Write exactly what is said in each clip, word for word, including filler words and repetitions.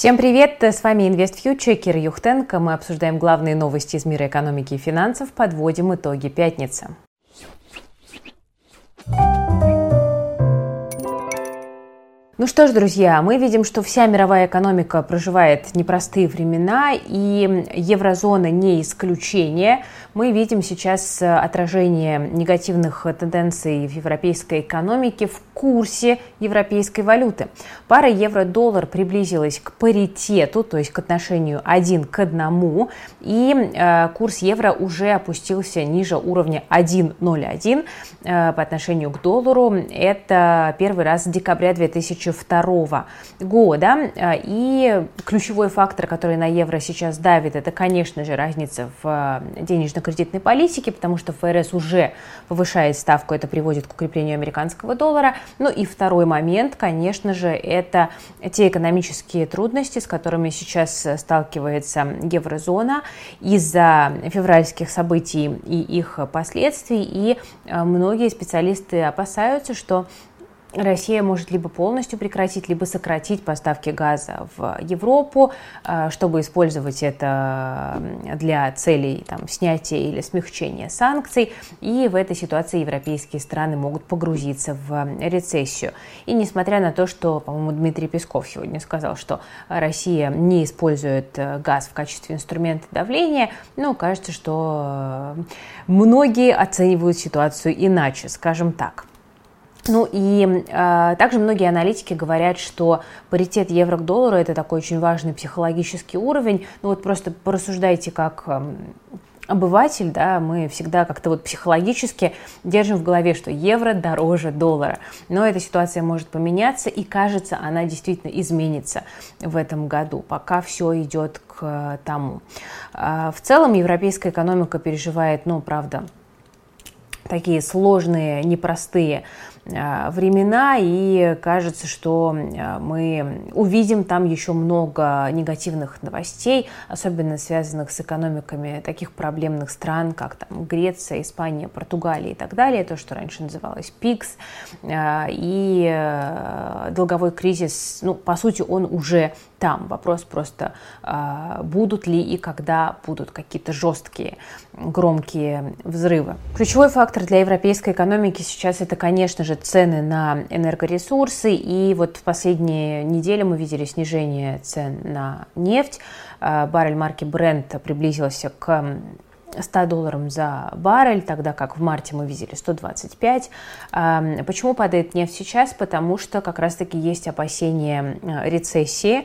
Всем привет! С вами InvestFuture, Кира Юхтенко. Мы обсуждаем главные новости из мира экономики и финансов, подводим итоги пятницы. Ну что ж, друзья, мы видим, что вся мировая экономика проживает непростые времена, и еврозона не исключение. Мы видим сейчас отражение негативных тенденций в европейской экономике в курсе европейской валюты. Пара евро-доллар приблизилась к паритету, то есть к отношению один к одному, и э, курс евро уже опустился ниже уровня один целых ноль один э, по отношению к доллару. Это первый раз с декабря две тысячи второго года. И ключевой фактор, который на евро сейчас давит, это, конечно же, разница в денежно-кредитной политике, потому что ФРС уже повышает ставку, это приводит к укреплению американского доллара. Ну и второй момент, конечно же, это те экономические трудности, с которыми сейчас сталкивается еврозона из-за февральских событий и их последствий. И многие специалисты опасаются, что Россия может либо полностью прекратить, либо сократить поставки газа в Европу, чтобы использовать это для целей там, снятия или смягчения санкций. И в этой ситуации европейские страны могут погрузиться в рецессию. И несмотря на то, что, по-моему, Дмитрий Песков сегодня сказал, что Россия не использует газ в качестве инструмента давления, ну, кажется, что многие оценивают ситуацию иначе, скажем так. Ну и э, также многие аналитики говорят, что паритет евро к доллару – это такой очень важный психологический уровень. Ну вот просто порассуждайте как э, обыватель, да, мы всегда как-то вот психологически держим в голове, что евро дороже доллара. Но эта ситуация может поменяться, и кажется, она действительно изменится в этом году, пока все идет к тому. Э, в целом европейская экономика переживает, ну, правда, такие сложные, непростые времена, и кажется, что мы увидим там еще много негативных новостей, особенно связанных с экономиками таких проблемных стран, как там Греция, Испания, Португалия и так далее, то, что раньше называлось ПИКС, и долговой кризис, ну, по сути, он уже там. Вопрос просто, будут ли и когда будут какие-то жесткие, громкие взрывы. Ключевой фактор для европейской экономики сейчас это, конечно же, цены на энергоресурсы. И вот в последние недели мы видели снижение цен на нефть. Баррель марки Brent приблизился к ста долларам за баррель, тогда как в марте мы видели сто двадцать пять. Почему падает нефть сейчас? Потому что как раз-таки есть опасения рецессии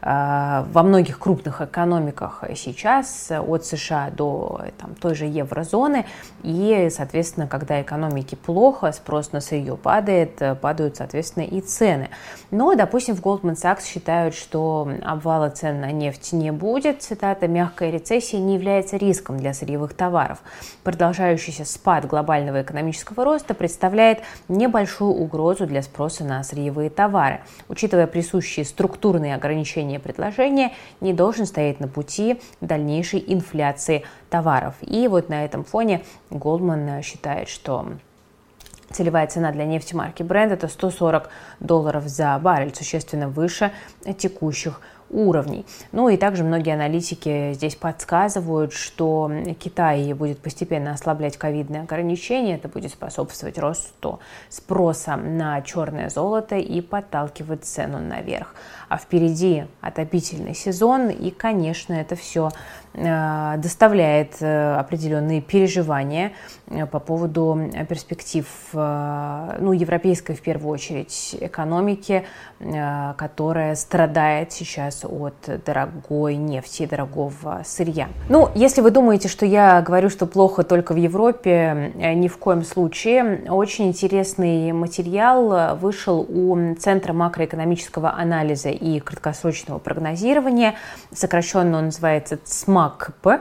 во многих крупных экономиках сейчас, от США до там, той же еврозоны. И, соответственно, когда экономике плохо, спрос на сырье падает, падают, соответственно, и цены. Но, допустим, в Goldman Sachs считают, что обвала цен на нефть не будет. Цитата: «Мягкая рецессия не является риском для сырьевых товаров. Продолжающийся спад глобального экономического роста представляет небольшую угрозу для спроса на сырьевые товары. Учитывая присущие структурные ограничения предложения, не должен стоять на пути дальнейшей инфляции товаров». И вот на этом фоне Goldman считает, что целевая цена для нефти марки Brent это сто сорок долларов за баррель, существенно выше текущих уровней. Ну и также многие аналитики здесь подсказывают, что Китай будет постепенно ослаблять ковидные ограничения. Это будет способствовать росту спроса на черное золото и подталкивать цену наверх. А впереди отопительный сезон, и, конечно, это все э, доставляет э, определенные переживания э, по поводу перспектив э, ну, европейской, в первую очередь, экономики, э, которая страдает сейчас от дорогой нефти и дорогого сырья. Ну, если вы думаете, что я говорю, что плохо только в Европе, ни в коем случае. Очень интересный материал вышел у Центра макроэкономического анализа и краткосрочного прогнозирования. Сокращенно он называется ЦМАКП.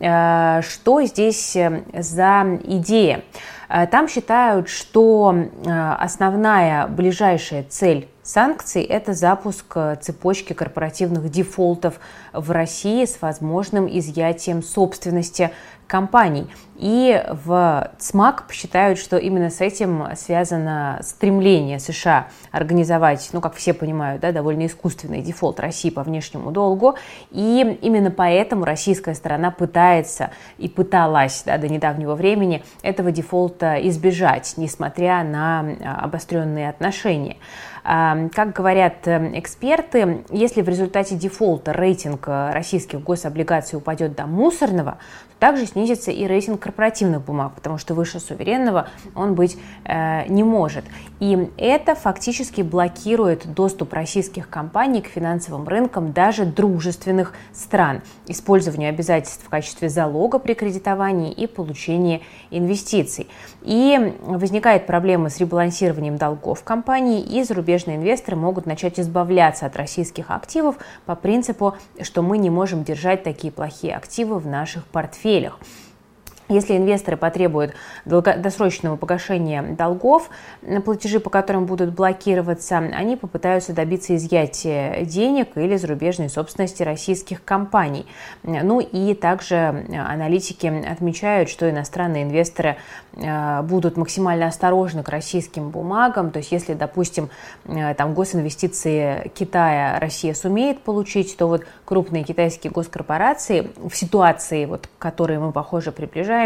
Что здесь за идея? Там считают, что основная ближайшая цель санкций – это запуск цепочки корпоративных дефолтов в России с возможным изъятием собственности компаний. И в ЦМАК считают, что именно с этим связано стремление США организовать, ну, как все понимают, да, довольно искусственный дефолт России по внешнему долгу. И именно поэтому российская сторона пытается и пыталась, да, до недавнего времени этого дефолта избежать, несмотря на обостренные отношения. Как говорят эксперты, если в результате дефолта рейтинг российских гособлигаций упадет до мусорного, то также снизится и рейтинг корпоративных бумаг, потому что выше суверенного он быть э, не может. И это фактически блокирует доступ российских компаний к финансовым рынкам даже дружественных стран, использование обязательств в качестве залога при кредитовании и получении инвестиций. И возникает проблема с ребалансированием долгов компаний, и зарубежные инвесторы могут начать избавляться от российских активов по принципу, что мы не можем держать такие плохие активы в наших портфелях. Если инвесторы потребуют долгосрочного погашения долгов, платежи по которым будут блокироваться, они попытаются добиться изъятия денег или зарубежной собственности российских компаний. Ну и также аналитики отмечают, что иностранные инвесторы будут максимально осторожны к российским бумагам. То есть если, допустим, там госинвестиции Китая Россия сумеет получить, то вот крупные китайские госкорпорации в ситуации, вот, к которой мы, похоже, приближаемся,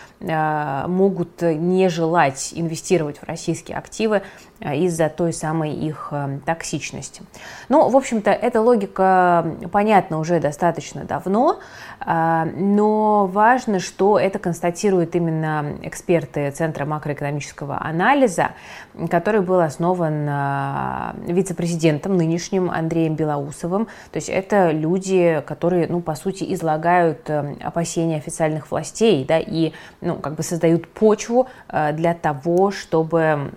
могут не желать инвестировать в российские активы из-за той самой их токсичности. Ну, в общем-то, эта логика понятна уже достаточно давно, но важно, что это констатируют именно эксперты Центра макроэкономического анализа, который был основан вице-президентом нынешним Андреем Белоусовым. То есть это люди, которые, ну, по сути, излагают опасения официальных властей, да, и, ну, как бы создают почву для того, чтобы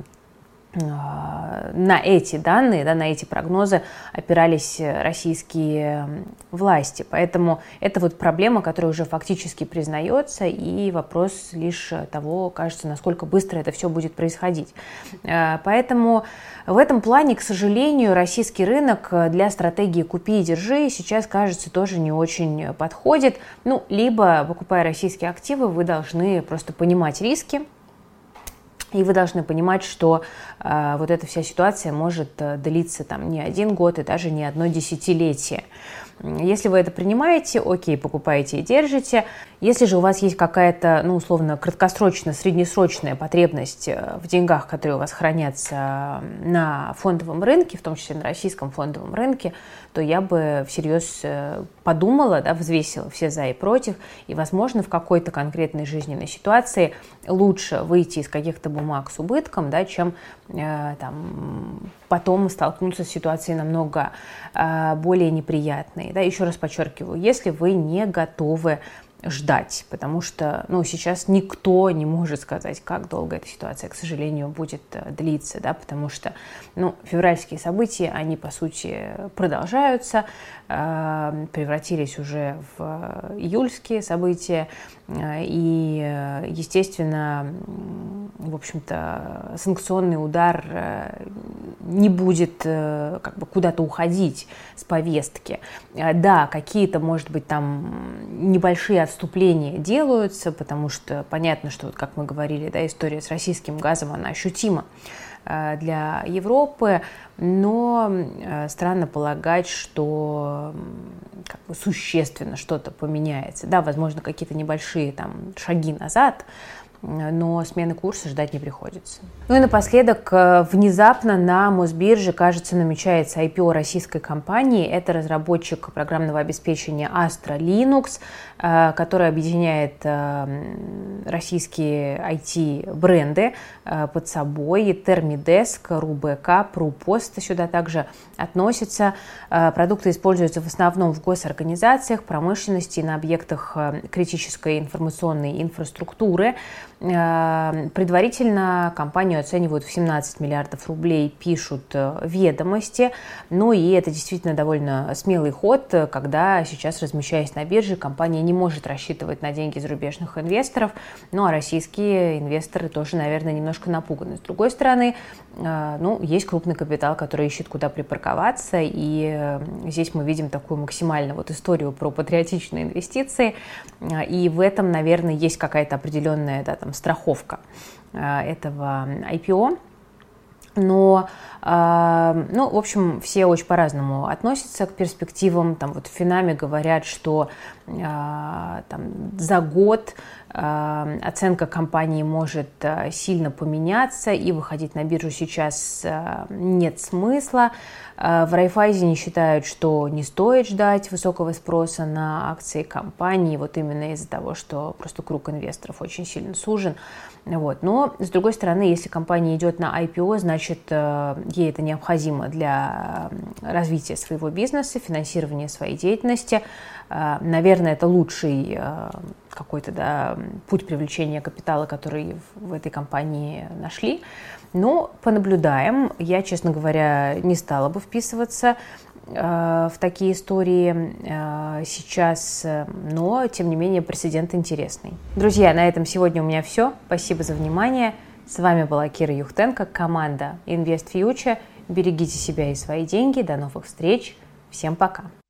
на эти данные, да, на эти прогнозы опирались российские власти. Поэтому это вот проблема, которая уже фактически признается, и вопрос лишь того, кажется, насколько быстро это все будет происходить. Поэтому в этом плане, к сожалению, российский рынок для стратегии «купи и держи» сейчас, кажется, тоже не очень подходит. Ну, либо, покупая российские активы, вы должны просто понимать риски, и вы должны понимать, что э, вот эта вся ситуация может э, длиться там не один год и даже не одно десятилетие. Если вы это принимаете, окей, покупаете и держите. Если же у вас есть какая-то, ну, условно, краткосрочная, среднесрочная потребность в деньгах, которые у вас хранятся на фондовом рынке, в том числе на российском фондовом рынке, то я бы всерьез подумала, да, взвесила все за и против, и, возможно, в какой-то конкретной жизненной ситуации лучше выйти из каких-то бумаг с убытком, да, чем э, там, потом столкнуться с ситуацией намного э, более неприятной. Да. Еще раз подчеркиваю, если вы не готовы ждать, потому что, ну, сейчас никто не может сказать, как долго эта ситуация, к сожалению, будет длиться, да, потому что, ну, февральские события, они, по сути, продолжаются, э, превратились уже в июльские события, э, и, естественно, в общем-то, санкционный удар э, не будет э, как бы куда-то уходить с повестки. Э, да, какие-то, может быть, там небольшие отступления делаются, потому что понятно, что, вот, как мы говорили, да, история с российским газом, она ощутима э, для Европы, но э, странно полагать, что э, как бы существенно что-то поменяется. Да, возможно, какие-то небольшие там шаги назад, но смены курса ждать не приходится. Ну и напоследок, внезапно на Мосбирже, кажется, намечается ай пи о российской компании. Это разработчик программного обеспечения Astra Linux, который объединяет российские ай ти-бренды под собой. Termidesk, RuBK, PruPost сюда также относятся. Продукты используются в основном в госорганизациях, промышленности и на объектах критической информационной инфраструктуры. Предварительно компанию оценивают в семнадцать миллиардов рублей, пишут «Ведомости». Ну и это действительно довольно смелый ход, когда сейчас, размещаясь на бирже, компания не может рассчитывать на деньги зарубежных инвесторов. Ну а российские инвесторы тоже, наверное, немножко напуганы. С другой стороны, ну, есть крупный капитал, который ищет, куда припарковаться. И здесь мы видим такую максимально вот историю про патриотичные инвестиции. И в этом, наверное, есть какая-то определенная, да, там, страховка этого ай пи о. Но, ну, в общем, все очень по-разному относятся к перспективам. Там вот в Финаме говорят, что там, за год оценка компании может сильно поменяться, и выходить на биржу сейчас нет смысла. В Райффайзене считают, что не стоит ждать высокого спроса на акции компании, вот именно из-за того, что просто круг инвесторов очень сильно сужен. Вот. Но, с другой стороны, если компания идет на ай пи о, значит, ей это необходимо для развития своего бизнеса, финансирования своей деятельности. Наверное, это лучший какой-то, да, путь привлечения капитала, который в этой компании нашли. Но понаблюдаем. Я, честно говоря, не стала бы вписываться в такие истории сейчас, но, тем не менее, прецедент интересный. Друзья, на этом сегодня у меня все. Спасибо за внимание. С вами была Кира Юхтенко, команда InvestFuture. Берегите себя и свои деньги. До новых встреч. Всем пока.